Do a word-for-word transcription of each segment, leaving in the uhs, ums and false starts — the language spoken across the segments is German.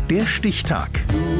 Der Stichtag.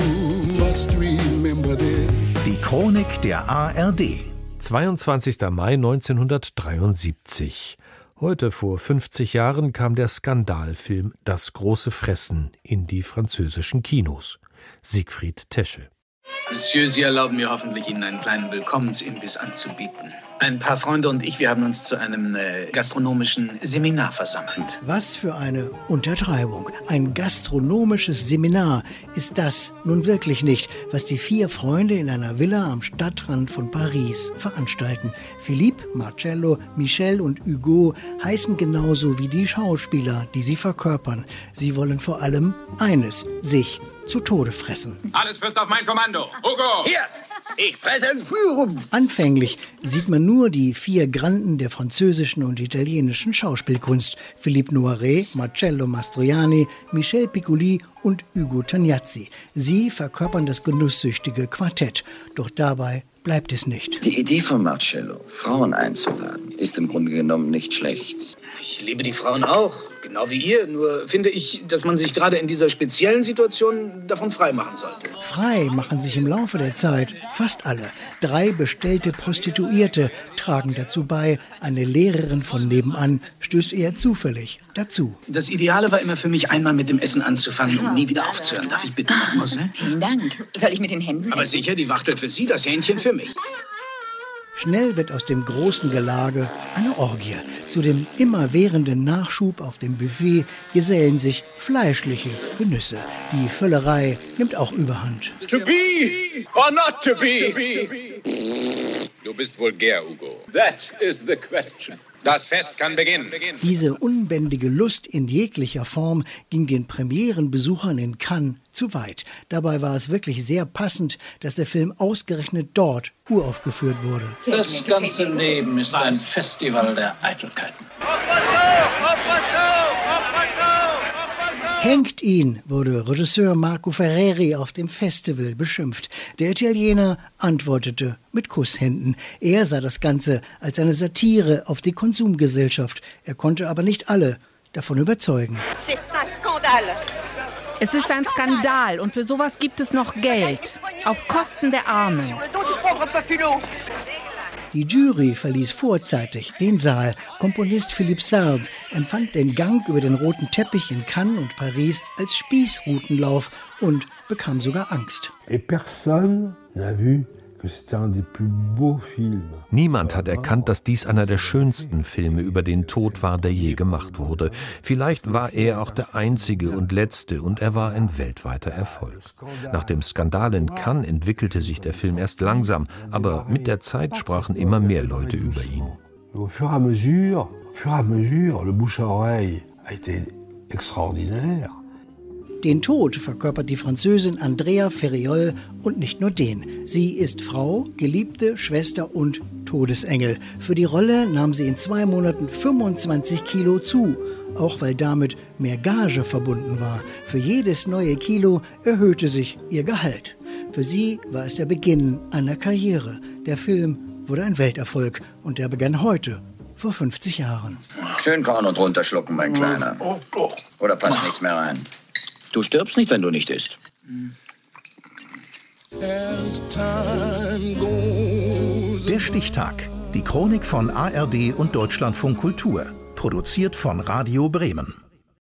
Die Chronik der A R D. zweiundzwanzigster Mai neunzehnhundertdreiundsiebzig. Heute vor fünfzig Jahren kam der Skandalfilm Das große Fressen in die französischen Kinos. Siegfried Tesche. Monsieur, Sie erlauben mir hoffentlich, Ihnen einen kleinen Willkommensimbiss anzubieten. Ein paar Freunde und ich, wir haben uns zu einem äh, gastronomischen Seminar versammelt. Was für eine Untertreibung. Ein gastronomisches Seminar ist das nun wirklich nicht, was die vier Freunde in einer Villa am Stadtrand von Paris veranstalten. Philippe, Marcello, Michel und Hugo heißen genauso wie die Schauspieler, die sie verkörpern. Sie wollen vor allem eines, sich zu Tode fressen. Alles fürst auf mein Kommando. Hugo! Hier! Ich präsentiere! Anfänglich sieht man nur die vier Granden der französischen und italienischen Schauspielkunst. Philippe Noiret, Marcello Mastroianni, Michel Piccoli und Ugo Tognazzi. Sie verkörpern das genusssüchtige Quartett. Doch dabei bleibt es nicht. Die Idee von Marcello, Frauen einzuladen, ist im Grunde genommen nicht schlecht. Ich liebe die Frauen auch, genau wie ihr. Nur finde ich, dass man sich gerade in dieser speziellen Situation davon freimachen sollte. Frei machen sich im Laufe der Zeit fast alle. Drei bestellte Prostituierte tragen dazu bei. Eine Lehrerin von nebenan stößt eher zufällig dazu. Das Ideale war immer für mich, einmal mit dem Essen anzufangen und nie wieder aufzuhören. Darf ich bitten, Mademoiselle? Vielen Dank. Soll ich mit den Händen Aber essen? sicher, die wachtelt für Sie, das Hähnchen für mich. Schnell wird aus dem großen Gelage eine Orgie. Zu dem immerwährenden Nachschub auf dem Buffet gesellen sich fleischliche Genüsse. Die Völlerei nimmt auch Überhand. To be or not to be? Du bist vulgär, Hugo. That is the question. Das Fest kann beginnen. Diese unbändige Lust in jeglicher Form ging den Premierenbesuchern in Cannes zu weit. Dabei war es wirklich sehr passend, dass der Film ausgerechnet dort uraufgeführt wurde. Das ganze Leben ist ein Festival der Eitelkeiten. Hängt ihn, wurde Regisseur Marco Ferreri auf dem Festival beschimpft. Der Italiener antwortete mit Kusshänden. Er sah das Ganze als eine Satire auf die Konsumgesellschaft. Er konnte aber nicht alle davon überzeugen. Es ist ein Skandal und für sowas gibt es noch Geld. Auf Kosten der Armen. Die Jury verließ vorzeitig den Saal. Komponist Philippe Sard empfand den Gang über den roten Teppich in Cannes und Paris als Spießrutenlauf und bekam sogar Angst. Niemand hat erkannt, dass dies einer der schönsten Filme über den Tod war, der je gemacht wurde. Vielleicht war er auch der einzige und letzte und er war ein weltweiter Erfolg. Nach dem Skandal in Cannes entwickelte sich der Film erst langsam, aber mit der Zeit sprachen immer mehr Leute über ihn. Au fur et à mesure, au fur et à mesure, le bouche à oreille a été extraordinaire. Den Tod verkörpert die Französin Andrea Ferriol und nicht nur den. Sie ist Frau, Geliebte, Schwester und Todesengel. Für die Rolle nahm sie in zwei Monaten fünfundzwanzig Kilo zu, auch weil damit mehr Gage verbunden war. Für jedes neue Kilo erhöhte sich ihr Gehalt. Für sie war es der Beginn einer Karriere. Der Film wurde ein Welterfolg und er begann heute, vor fünfzig Jahren. Schön kauen und runterschlucken, mein Kleiner. Oder passt nichts mehr rein? Du stirbst nicht, wenn du nicht isst. Der Stichtag. Die Chronik von A R D und Deutschlandfunk Kultur. Produziert von Radio Bremen.